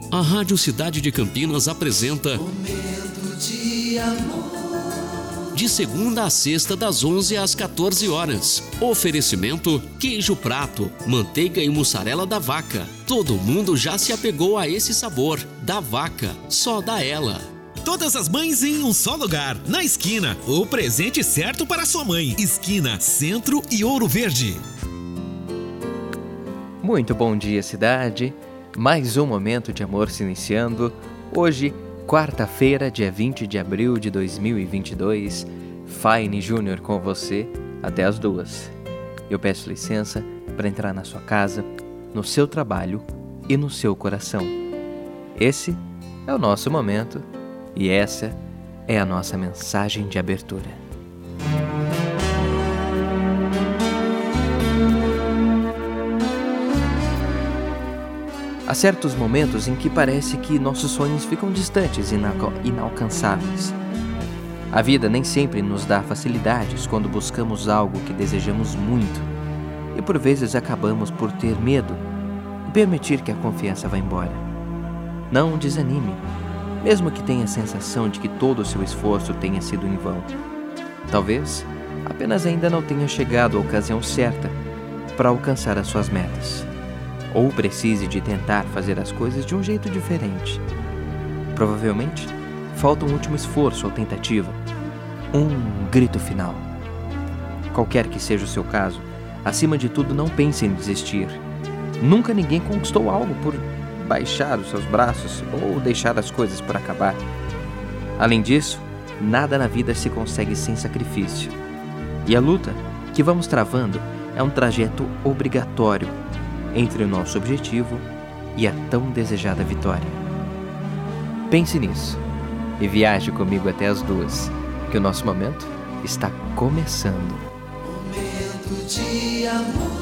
A Rádio Cidade de Campinas apresenta Momento de Amor. de segunda a sexta, das 11 às 14 horas. Oferecimento: queijo prato, manteiga e mussarela da Vaca. Todo mundo já se apegou a esse sabor. Da Vaca, só da ela. Todas as mães em um só lugar, na Esquina. O presente certo para sua mãe. Esquina, Centro e Ouro Verde. Muito bom dia, cidade. Mais um momento de amor se iniciando. Hoje, quarta-feira, dia 20 de abril de 2022. Fine Júnior com você até as 2. Eu peço licença para entrar na sua casa, no seu trabalho e no seu coração. Esse é o nosso momento e essa é a nossa mensagem de abertura. Há certos momentos em que parece que nossos sonhos ficam distantes e inalcançáveis. A vida nem sempre nos dá facilidades quando buscamos algo que desejamos muito, e por vezes acabamos por ter medo e permitir que a confiança vá embora. Não desanime, mesmo que tenha a sensação de que todo o seu esforço tenha sido em vão. Talvez apenas ainda não tenha chegado a ocasião certa para alcançar as suas metas. Ou precise de tentar fazer as coisas de um jeito diferente. Provavelmente, falta um último esforço ou tentativa. Um grito final. Qualquer que seja o seu caso, acima de tudo, não pense em desistir. Nunca ninguém conquistou algo por baixar os seus braços ou deixar as coisas por acabar. Além disso, nada na vida se consegue sem sacrifício. E a luta que vamos travando é um trajeto obrigatório entre o nosso objetivo e a tão desejada vitória. Pense nisso e viaje comigo até as 2, que o nosso momento está começando. Momento de amor.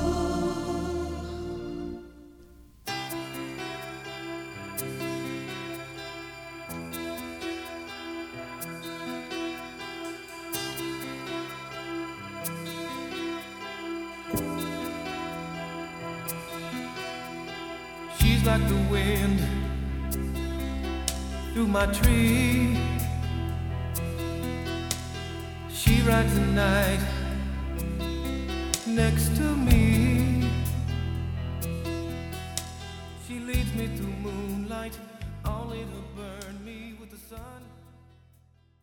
She's like the wind through my tree. She rides the night next to me. She leads me through moonlight, only to burn me with the sun.